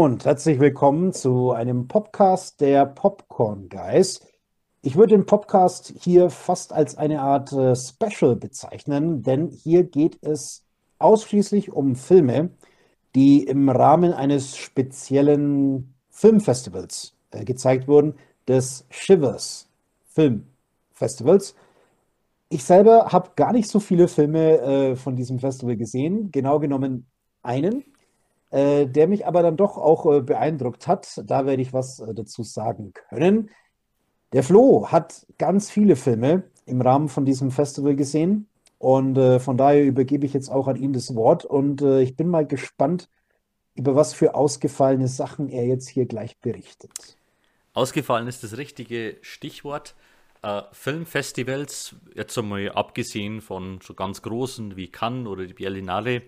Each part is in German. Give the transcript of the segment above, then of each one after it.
und herzlich willkommen zu einem Podcast der Popcorn Guys. Ich würde den Podcast hier fast als eine Art Special bezeichnen, denn hier geht es ausschließlich um Filme, die im Rahmen eines speziellen Filmfestivals gezeigt wurden, des Shivers Filmfestivals. Ich selber habe gar nicht so viele Filme von diesem Festival gesehen, genau genommen einen, der mich aber dann doch auch beeindruckt hat. Da werde ich was dazu sagen können. Der Flo hat ganz viele Filme im Rahmen von diesem Festival gesehen und von daher übergebe ich jetzt auch an ihn das Wort und ich bin mal gespannt, über was für ausgefallene Sachen er jetzt hier gleich berichtet. Ausgefallen ist das richtige Stichwort. Filmfestivals, jetzt einmal abgesehen von so ganz großen wie Cannes oder die Berlinale,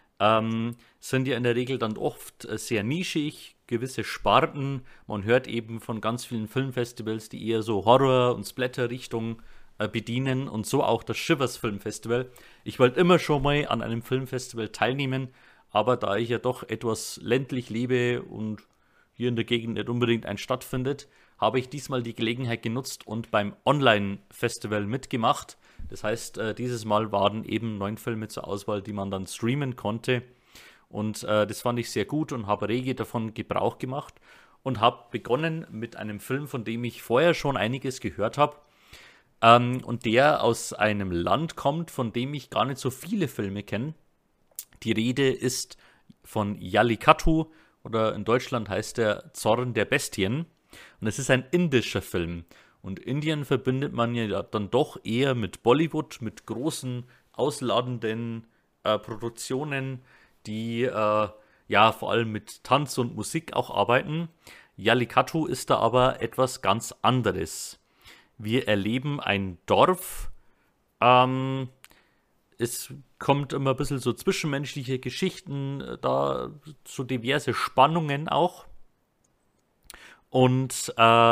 sind ja in der Regel dann oft sehr nischig, gewisse Sparten. Man hört eben von ganz vielen Filmfestivals, die eher so Horror- und Splatter-Richtung bedienen und so auch das Shivers Filmfestival. Ich wollte immer schon mal an einem Filmfestival teilnehmen, aber da ich ja doch etwas ländlich lebe und hier in der Gegend nicht unbedingt ein stattfindet, habe ich diesmal die Gelegenheit genutzt und beim Online-Festival mitgemacht. Das heißt, dieses Mal waren eben 9 Filme zur Auswahl, die man dann streamen konnte. Und das fand ich sehr gut und habe rege davon Gebrauch gemacht und habe begonnen mit einem Film, von dem ich vorher schon einiges gehört habe. Und der aus einem Land kommt, von dem ich gar nicht so viele Filme kenne. Die Rede ist von Jallikattu oder in Deutschland heißt der Zorn der Bestien. Und es ist ein indischer Film. Und Indien verbindet man ja dann doch eher mit Bollywood, mit großen, ausladenden Produktionen, die ja vor allem mit Tanz und Musik auch arbeiten. Jallikattu ist da aber etwas ganz anderes. Wir erleben ein Dorf. Ähm, Es kommt immer ein bisschen so zwischenmenschliche Geschichten, da so diverse Spannungen auch. Und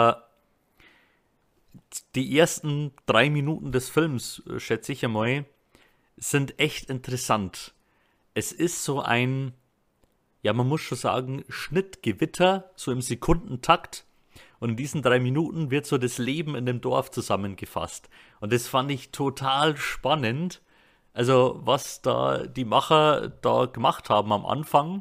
die ersten 3 Minuten des Films, schätze ich einmal, sind echt interessant. Es ist so ein, ja, man muss schon sagen, Schnittgewitter, so im Sekundentakt. Und in diesen 3 Minuten wird so das Leben in dem Dorf zusammengefasst. Und das fand ich total spannend. Also, was da die Macher da gemacht haben am Anfang.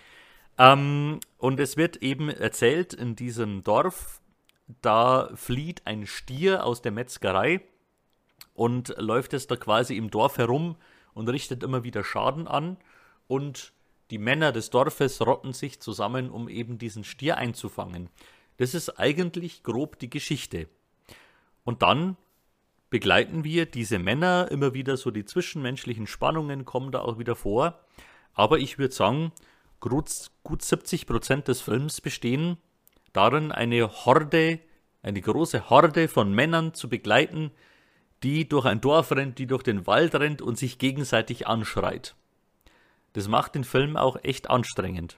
Und es wird eben erzählt in diesem Dorf, da flieht ein Stier aus der Metzgerei und läuft es da quasi im Dorf herum und richtet immer wieder Schaden an. Und die Männer des Dorfes rotten sich zusammen, um eben diesen Stier einzufangen. Das ist eigentlich grob die Geschichte. Und dann begleiten wir diese Männer immer wieder, so die zwischenmenschlichen Spannungen kommen da auch wieder vor. Aber ich würde sagen, gut 70% des Films bestehen darin, eine große Horde von Männern zu begleiten, die durch ein Dorf rennt, die durch den Wald rennt und sich gegenseitig anschreit. Das macht den Film auch echt anstrengend.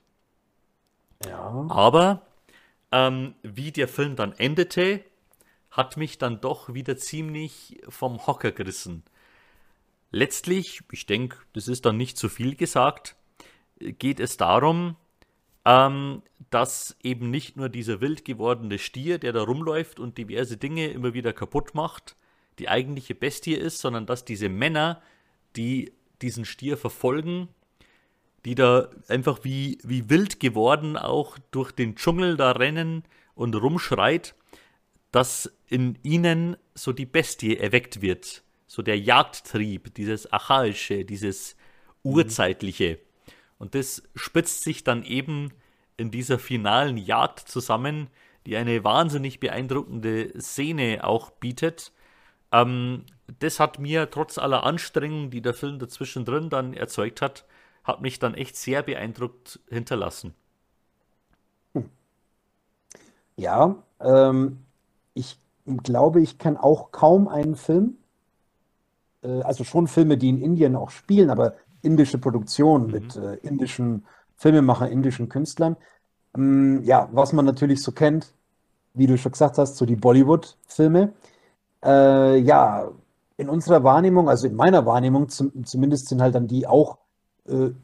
Ja. Aber wie der Film dann endete, hat mich dann doch wieder ziemlich vom Hocker gerissen. Letztlich, ich denke, das ist dann nicht zu viel gesagt, geht es darum, dass eben nicht nur dieser wild gewordene Stier, der da rumläuft und diverse Dinge immer wieder kaputt macht, die eigentliche Bestie ist, sondern dass diese Männer, die diesen Stier verfolgen, die da einfach wie wild geworden auch durch den Dschungel da rennen und rumschreit, dass in ihnen so die Bestie erweckt wird. So der Jagdtrieb, dieses Archaische, dieses Mhm. Urzeitliche. Und das spitzt sich dann eben in dieser finalen Jagd zusammen, die eine wahnsinnig beeindruckende Szene auch bietet. Das hat mir trotz aller Anstrengungen, die der Film dazwischen drin dann erzeugt hat mich dann echt sehr beeindruckt hinterlassen. Ja, ich glaube, ich kann auch kaum einen Film, also schon Filme, die in Indien auch spielen, aber indische Produktionen Mhm. mit indischen Filmemachern, indischen Künstlern. Ja, was man natürlich so kennt, wie du schon gesagt hast, so die Bollywood-Filme. Ja, in unserer Wahrnehmung, also in meiner Wahrnehmung zumindest sind halt dann die auch äh,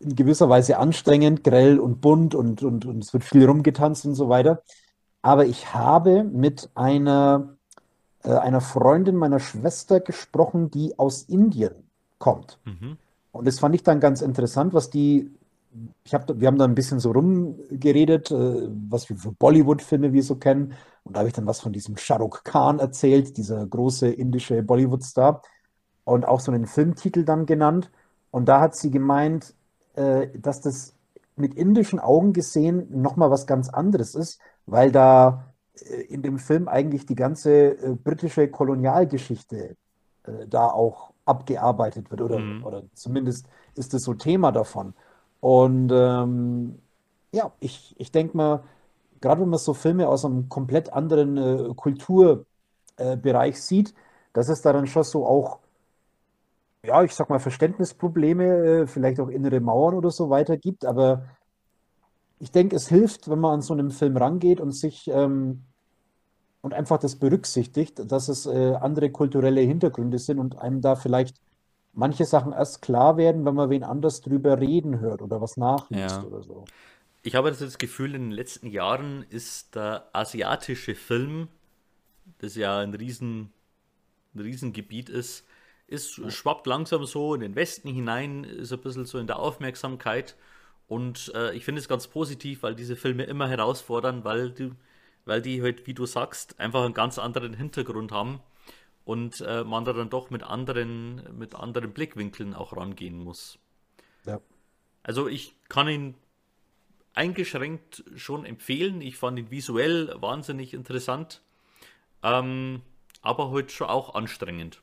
in gewisser Weise anstrengend, grell und bunt und es wird viel rumgetanzt und so weiter. Aber ich habe mit einer Freundin meiner Schwester gesprochen, die aus Indien kommt. Mhm. Und das fand ich dann ganz interessant, wir haben da ein bisschen so rumgeredet, was wir für Bollywood-Filme wir so kennen. Und da habe ich dann was von diesem Shah Rukh Khan erzählt, dieser große indische Bollywood-Star. Und auch so einen Filmtitel dann genannt. Und da hat sie gemeint, dass das mit indischen Augen gesehen nochmal was ganz anderes ist, weil da in dem Film eigentlich die ganze britische Kolonialgeschichte da auch abgearbeitet wird Mhm. oder zumindest ist es so Thema davon. Und ja, ich denke mal, gerade wenn man so Filme aus einem komplett anderen Kulturbereich Bereich sieht, dass es da dann schon so auch, ja, ich sag mal, Verständnisprobleme, vielleicht auch innere Mauern oder so weiter gibt. Aber ich denke, es hilft, wenn man an so einem Film rangeht und sich und einfach das berücksichtigt, dass es andere kulturelle Hintergründe sind und einem da vielleicht manche Sachen erst klar werden, wenn man wen anders drüber reden hört oder was nachliest Ja. oder so. Ich habe das Gefühl, in den letzten Jahren ist der asiatische Film, das ja ein Riesengebiet Ja, schwappt langsam so in den Westen hinein, ist ein bisschen so in der Aufmerksamkeit. Und ich finde es ganz positiv, weil diese Filme immer herausfordern, weil die halt, wie du sagst, einfach einen ganz anderen Hintergrund haben und man da dann doch mit anderen Blickwinkeln auch rangehen muss. ja, Also ich kann ihn eingeschränkt schon empfehlen. Ich fand ihn visuell wahnsinnig interessant, ähm, aber heute schon auch anstrengend.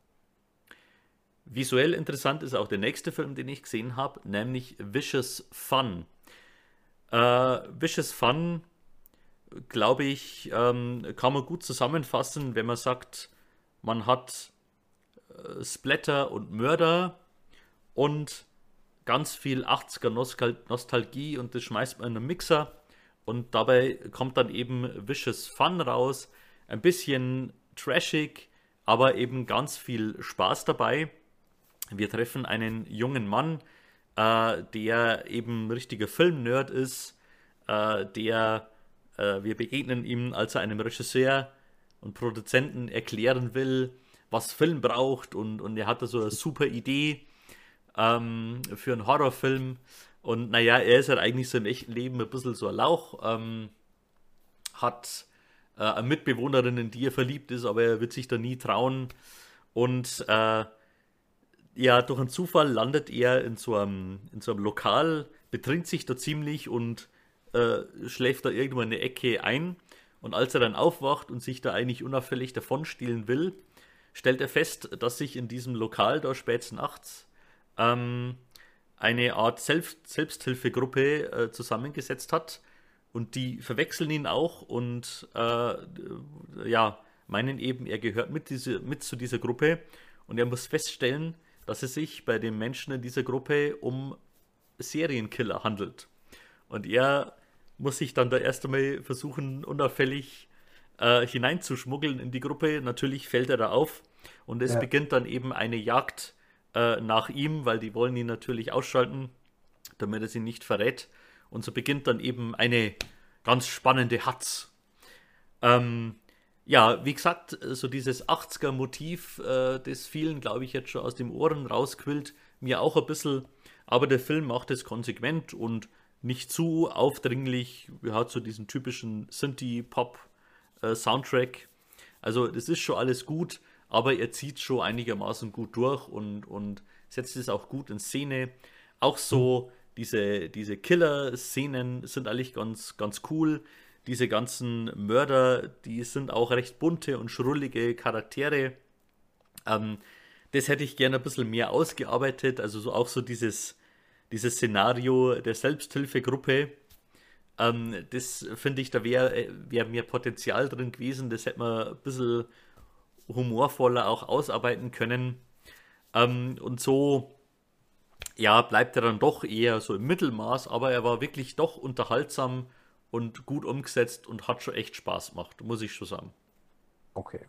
Visuell interessant ist auch der nächste Film, den ich gesehen habe, nämlich Vicious Fun. Vicious Fun, glaube ich, kann man gut zusammenfassen, wenn man sagt, man hat Splatter und Mörder und ganz viel 80er Nostalgie und das schmeißt man in einen Mixer und dabei kommt dann eben Vicious Fun raus. Ein bisschen trashig, aber eben ganz viel Spaß dabei. Wir treffen einen jungen Mann, der eben ein richtiger Filmnerd ist, wir begegnen ihm, als er einem Regisseur und Produzenten erklären will, was Film braucht und er hat da so eine super Idee für einen Horrorfilm und naja, er ist halt eigentlich so im echten Leben ein bisschen so ein Lauch, hat eine Mitbewohnerin, in die er verliebt ist, aber er wird sich da nie trauen und ja, durch einen Zufall landet er in so einem Lokal, betrinkt sich da ziemlich und schläft da irgendwo in eine Ecke ein. Und als er dann aufwacht und sich da eigentlich unauffällig davonstehlen will, stellt er fest, dass sich in diesem Lokal da spät nachts ähm, eine Art Selbsthilfegruppe zusammengesetzt hat. Und die verwechseln ihn auch und ja, meinen eben, er gehört mit zu dieser Gruppe. Und er muss feststellen, dass es sich bei den Menschen in dieser Gruppe um Serienkiller handelt. Und er muss sich dann da erst einmal versuchen, unauffällig hineinzuschmuggeln in die Gruppe. Natürlich fällt er da auf und es ja, beginnt dann eben eine Jagd nach ihm, weil die wollen ihn natürlich ausschalten, damit er sie nicht verrät. Und so beginnt dann eben eine ganz spannende Hatz. Ähm, ja, wie gesagt, so dieses 80er-Motiv, das vielen, glaube ich, jetzt schon aus den Ohren rausquillt, mir auch ein bisschen, aber der Film macht es konsequent und nicht zu aufdringlich. Er hat so diesen typischen Synthie-Pop-Soundtrack. Also, das ist schon alles gut, aber er zieht schon einigermaßen gut durch und setzt es auch gut in Szene. Auch hm, so diese Killer-Szenen sind eigentlich ganz cool. Diese ganzen Mörder, die sind auch recht bunte und schrullige Charaktere. Ähm, das hätte ich gerne ein bisschen mehr ausgearbeitet. Also so auch so dieses Szenario der Selbsthilfegruppe. Das finde ich, da wär mehr Potenzial drin gewesen. Das hätte man ein bisschen humorvoller auch ausarbeiten können. Und so, ja, bleibt er dann doch eher so im Mittelmaß, aber er war wirklich doch unterhaltsam und gut umgesetzt und hat schon echt Spaß gemacht, muss ich schon sagen. okay.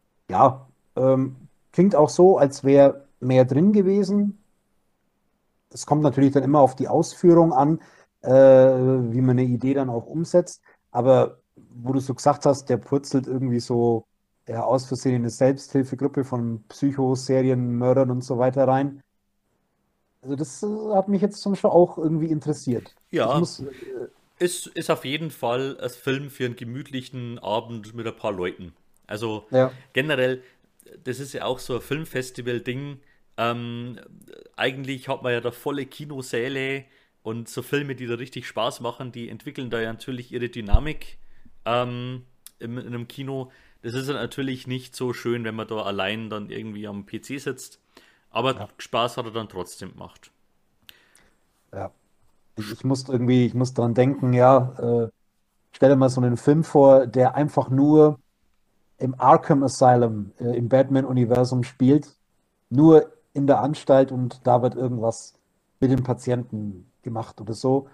Ja, klingt auch so, als wäre mehr drin gewesen. es kommt natürlich dann immer auf die Ausführung an, wie man eine Idee dann auch umsetzt. Aber wo du so gesagt hast, der purzelt irgendwie so ja, aus Versehen in eine Selbsthilfegruppe von Psychoserienmördern und so weiter rein. Also das hat mich jetzt schon auch irgendwie interessiert. Ich Ja, muss, ist auf jeden Fall ein Film für einen gemütlichen Abend mit ein paar Leuten. Also ja, generell, das ist ja auch so ein Filmfestival-Ding. Ähm, Eigentlich hat man ja da volle Kinosäle und so Filme, die da richtig Spaß machen, die entwickeln da ja natürlich ihre Dynamik in einem Kino. Das ist ja natürlich nicht so schön, wenn man da allein dann irgendwie am PC sitzt. Aber ja, Spaß hat er dann trotzdem gemacht. ja. Ich musste irgendwie, ich muss dran denken, ja, stell dir mal so einen Film vor, der einfach nur im Arkham Asylum, im Batman-Universum spielt, nur in der Anstalt und da wird irgendwas mit dem Patienten gemacht oder so.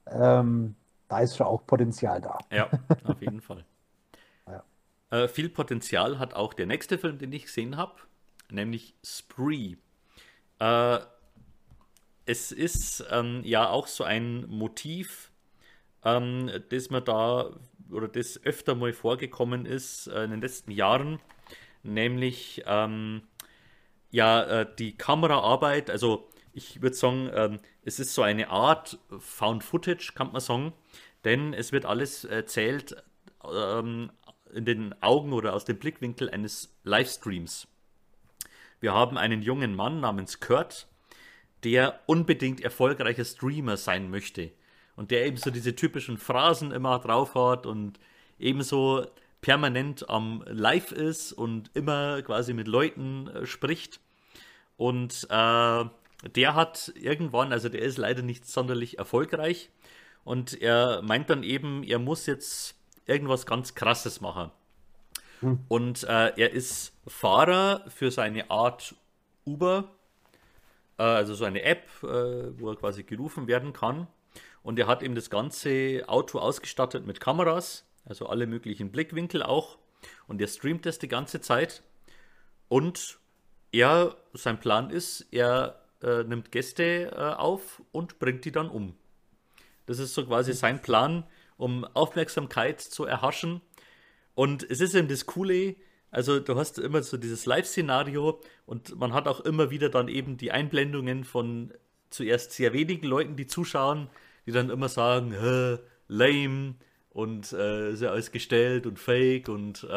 Da ist schon auch Potenzial da. Ja, auf jeden Fall. Ja. Viel Potenzial hat auch der nächste Film, den ich gesehen habe, nämlich Spree. Äh, Es ist ja auch so ein Motiv, das man da oder das öfter mal vorgekommen ist in den letzten Jahren, nämlich ja die Kameraarbeit. Also ich würde sagen, es ist so eine Art Found Footage, kann man sagen, denn es wird alles erzählt in den Augen oder aus dem Blickwinkel eines Livestreams. Wir haben einen jungen Mann namens Kurt, der unbedingt erfolgreicher Streamer sein möchte. Und der eben so diese typischen Phrasen immer drauf hat und ebenso permanent am Live ist und immer quasi mit Leuten spricht. Und der hat irgendwann, also der ist leider nicht sonderlich erfolgreich. Und er meint dann eben, er muss jetzt irgendwas ganz Krasses machen. Hm. Und er ist Fahrer für seine Art Uber, also so eine App, wo er quasi gerufen werden kann. Und er hat eben das ganze Auto ausgestattet mit Kameras, also alle möglichen Blickwinkel auch. Und er streamt das die ganze Zeit. Und sein Plan ist, er nimmt Gäste auf und bringt die dann um. Das ist so quasi sein Plan, um Aufmerksamkeit zu erhaschen. Und es ist eben das Coole, also du hast immer so dieses Live-Szenario und man hat auch immer wieder dann eben die Einblendungen von zuerst sehr wenigen Leuten, die zuschauen, die dann immer sagen, lame und ist ja alles gestellt und fake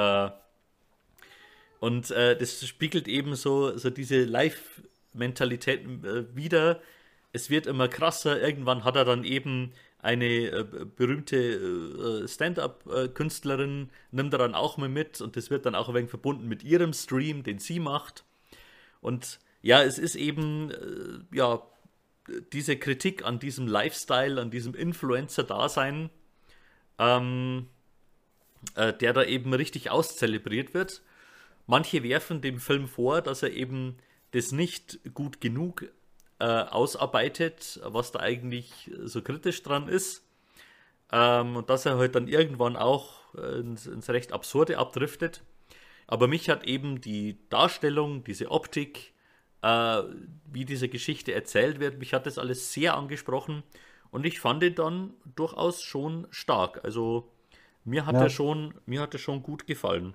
und das spiegelt eben so diese Live-Mentalität wider. Es wird immer krasser. Irgendwann hat er dann eben eine berühmte Stand-up-Künstlerin, nimmt er dann auch mal mit und das wird dann auch ein wenig verbunden mit ihrem Stream, den sie macht. Und ja, es ist eben ja diese Kritik an diesem Lifestyle, an diesem Influencer-Dasein, ähm, der da eben richtig auszelebriert wird. Manche werfen dem Film vor, dass er eben das nicht gut genug ausarbeitet, was da eigentlich so kritisch dran ist. Und dass er halt dann irgendwann auch ins recht Absurde abdriftet. Aber mich hat eben die Darstellung, diese Optik, äh, wie diese Geschichte erzählt wird, mich hat das alles sehr angesprochen. Und ich fand ihn dann durchaus schon stark. Also Ja, mir hat er schon gut gefallen.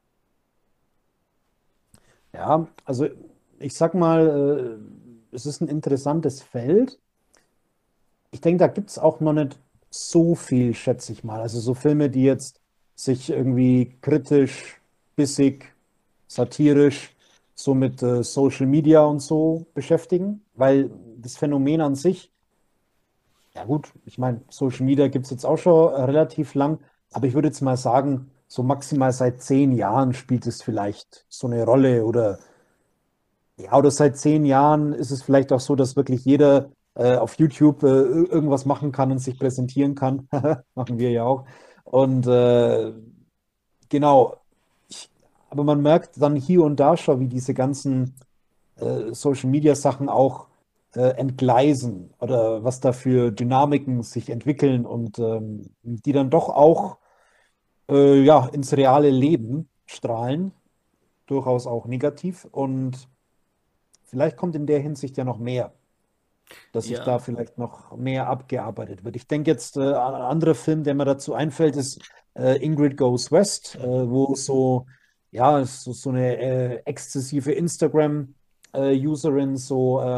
ja, also ich sag mal, es ist ein interessantes Feld. Ich denke, da gibt es auch noch nicht so viel, schätze ich mal. Also so Filme, die jetzt sich irgendwie kritisch, bissig, satirisch so mit Social Media und so beschäftigen, weil das Phänomen an sich, ja gut, ich meine, Social Media gibt es jetzt auch schon relativ lang, aber ich würde jetzt mal sagen, so maximal seit 10 Jahren spielt es vielleicht so eine Rolle oder ja, oder seit 10 Jahren ist es vielleicht auch so, dass wirklich jeder auf YouTube irgendwas machen kann und sich präsentieren kann. Machen wir ja auch. Und genau, ich, aber man merkt dann hier und da schon, wie diese ganzen Social Media Sachen auch entgleisen oder was da für Dynamiken sich entwickeln und die dann doch auch ja, ins reale Leben strahlen, durchaus auch negativ. Und vielleicht kommt in der Hinsicht ja noch mehr. dass sich da Ja, vielleicht noch mehr abgearbeitet wird. Ich denke jetzt, ein anderer Film, der mir dazu einfällt, ist Ingrid Goes West, mhm. wo so eine exzessive Instagram-Userin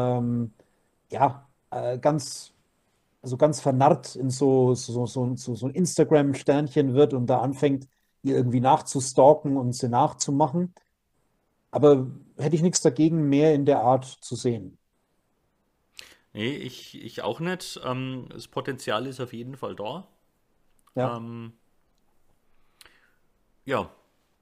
ganz, also ganz vernarrt in so ein Instagram-Sternchen wird und da anfängt, ihr irgendwie nachzustalken und sie nachzumachen. Aber hätte ich nichts dagegen, mehr in der Art zu sehen. Nee, ich auch nicht. Das Potenzial ist auf jeden Fall da. Ja, Ähm, ja,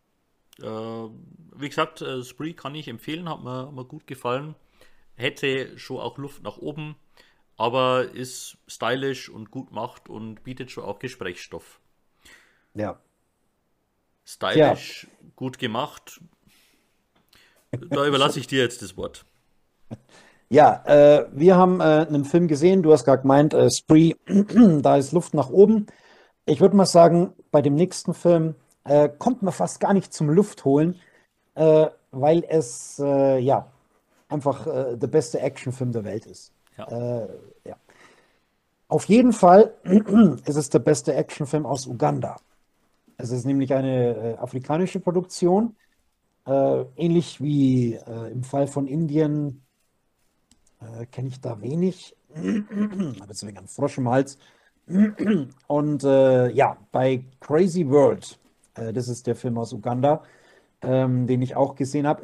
wie gesagt, Spree kann ich empfehlen, hat mir gut gefallen. Hätte schon auch Luft nach oben, aber ist stylisch und gut gemacht und bietet schon auch Gesprächsstoff. ja. Tja, Stylisch, gut gemacht, da überlasse ich dir jetzt das Wort. ja, wir haben einen Film gesehen, du hast gerade gemeint, Spree, da ist Luft nach oben. Ich würde mal sagen, bei dem nächsten Film kommt man fast gar nicht zum Luftholen, weil es einfach der beste Actionfilm der Welt ist. Ja. Ja. Auf jeden Fall ist es der beste Actionfilm aus Uganda. Es ist nämlich eine afrikanische Produktion, ähnlich wie im Fall von Indien kenne ich da wenig. Habe deswegen einen Frosch im Hals. Und ja, bei Crazy World, das ist der Film aus Uganda, den ich auch gesehen habe.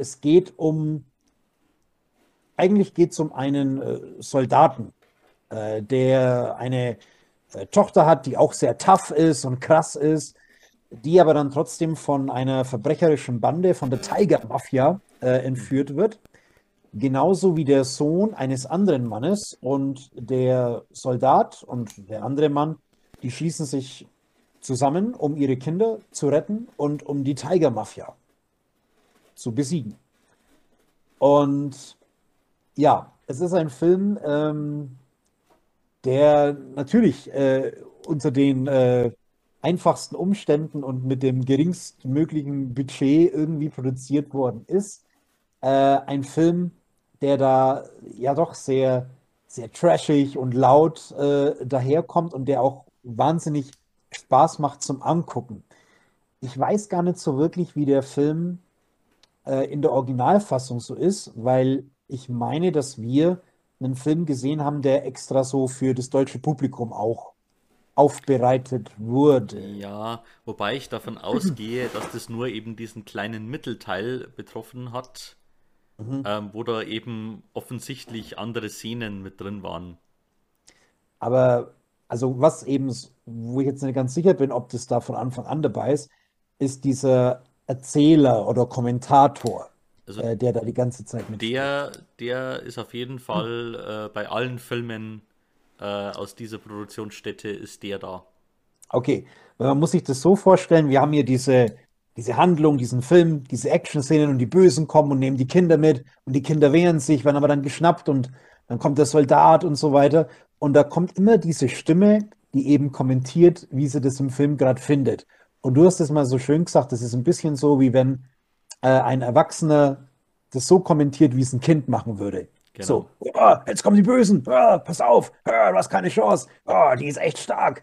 Eigentlich geht es um einen Soldaten, der eine Tochter hat, die auch sehr tough ist und krass ist, die aber dann trotzdem von einer verbrecherischen Bande, von der Tiger Mafia, Mhm. entführt wird. Genauso wie der Sohn eines anderen Mannes und der Soldat und der andere Mann, die schließen sich zusammen, um ihre Kinder zu retten und um die Tiger Mafia zu besiegen. Und ja, es ist ein Film, der natürlich unter den einfachsten Umständen und mit dem geringstmöglichen Budget irgendwie produziert worden ist. Ein Film, der da ja doch sehr trashig und laut daherkommt und der auch wahnsinnig Spaß macht zum Angucken. Ich weiß gar nicht so wirklich, wie der Film in der Originalfassung so ist, weil ich meine, dass wir einen Film gesehen haben, der extra so für das deutsche Publikum auch aufbereitet wurde. Ja, wobei ich davon ausgehe, dass das nur eben diesen kleinen Mittelteil betroffen hat, Mhm. wo da eben offensichtlich andere Szenen mit drin waren. Aber also wo ich jetzt nicht ganz sicher bin, ob das da von Anfang an dabei ist, ist dieser Erzähler oder Kommentator, Also der da die ganze Zeit mitspricht. der ist auf jeden Fall bei allen Filmen aus dieser Produktionsstätte ist der da. Okay, weil man muss sich das so vorstellen, wir haben hier diese Handlung, diesen Film, diese Action-Szenen und die Bösen kommen und nehmen die Kinder mit und die Kinder wehren sich, werden aber dann geschnappt und dann kommt der Soldat und so weiter. Und da kommt immer diese Stimme, die eben kommentiert, wie sie das im Film gerade findet. Und du hast es mal so schön gesagt, das ist ein bisschen so, wie wenn ein Erwachsener das so kommentiert, wie es ein Kind machen würde. Genau. So, oh, jetzt kommen die Bösen, oh, pass auf, oh, du hast keine Chance, oh, die ist echt stark.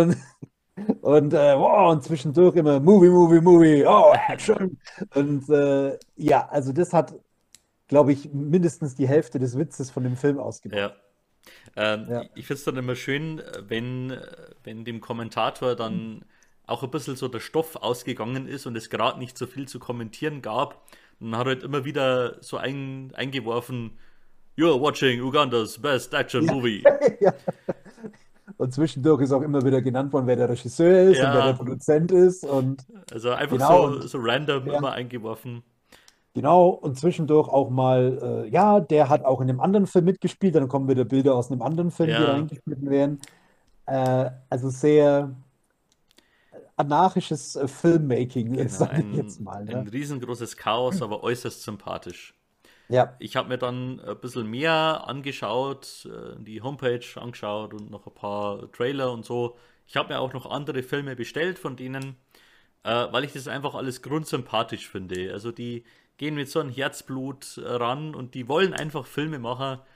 Wow, und zwischendurch immer Movie, Movie, Movie, oh, Action. Und ja, also das hat, glaube ich, mindestens die Hälfte des Witzes von dem Film ausgemacht. Ja. Ja. Ich finde es dann immer schön, wenn dem Kommentator dann auch ein bisschen so der Stoff ausgegangen ist und es gerade nicht so viel zu kommentieren gab. Dann hat er halt immer wieder so eingeworfen, You're watching Uganda's best action Ja. movie. Ja. Und zwischendurch ist auch immer wieder genannt worden, wer der Regisseur ist und wer der Ja, Produzent ist. Und also einfach genau, so random ja, immer eingeworfen. genau, und zwischendurch auch mal, ja, der hat auch in einem anderen Film mitgespielt, dann kommen wieder Bilder aus einem anderen Film, die Ja, reingeschnitten werden. Also sehr anarchisches Filmmaking, genau. sage ich jetzt mal, Ein ne? riesengroßes Chaos, aber äußerst sympathisch. Ja, Ich habe mir dann ein bisschen mehr angeschaut, die Homepage angeschaut und noch ein paar Trailer und so. Ich habe mir auch noch andere Filme bestellt von denen, weil ich das einfach alles grundsympathisch finde. Also die gehen mit so einem Herzblut ran und die wollen einfach Filme machen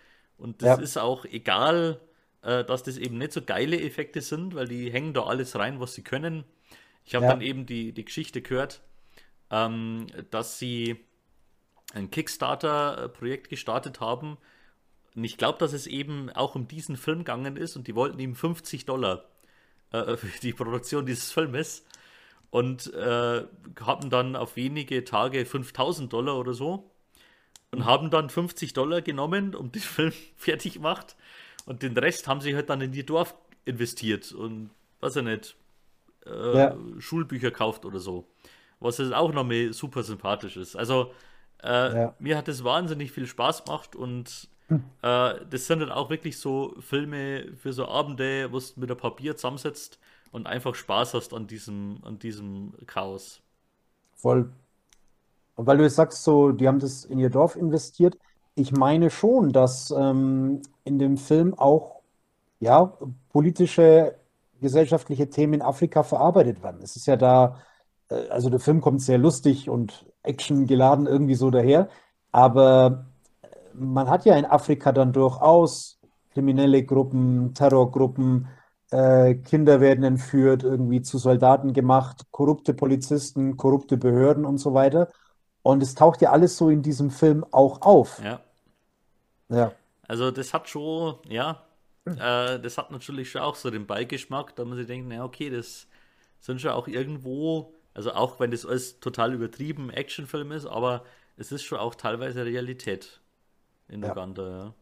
Und das Ja, ist auch egal, dass das eben nicht so geile Effekte sind, weil die hängen da alles rein, was sie können. Ich habe dann ja, eben die Geschichte gehört, dass sie ein Kickstarter-Projekt gestartet haben. Und ich glaube, dass es eben auch um diesen Film gegangen ist und die wollten ihm $50 für die Produktion dieses Filmes und haben dann auf wenige Tage $5.000 oder so und haben dann $50 genommen, um den Film fertig gemacht und den Rest haben sie halt dann in ihr Dorf investiert und weiß ich nicht, ja, Schulbücher kauft oder so. Was jetzt auch nochmal super sympathisch ist. Also ja. mir hat es wahnsinnig viel Spaß gemacht und das sind dann auch wirklich so Filme für so Abende, wo du mit ein paar Bier zusammensetzt und einfach Spaß hast an diesem Chaos. Voll. Und weil du jetzt sagst, so, die haben das in ihr Dorf investiert. Ich meine schon, dass in dem Film auch ja, politische, gesellschaftliche Themen in Afrika verarbeitet werden. Es ist ja da, also der Film kommt sehr lustig und actiongeladen irgendwie so daher, aber man hat ja in Afrika dann durchaus kriminelle Gruppen, Terrorgruppen, Kinder werden entführt, irgendwie zu Soldaten gemacht, korrupte Polizisten, korrupte Behörden und so weiter. Und es taucht ja alles so in diesem Film auch auf. Ja, Ja, also das hat schon, ja, das hat natürlich schon auch so den Beigeschmack, da muss ich denken, na okay, das sind schon auch irgendwo, also auch wenn das alles total übertrieben Actionfilm ist, aber es ist schon auch teilweise Realität in ja. Uganda, ja.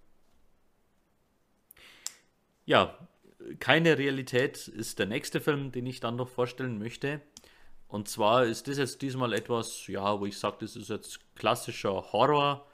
Ja, keine Realität ist der nächste Film, den ich dann noch vorstellen möchte. Und zwar ist das jetzt diesmal etwas, ja, wo ich sage, das ist jetzt klassischer Horror,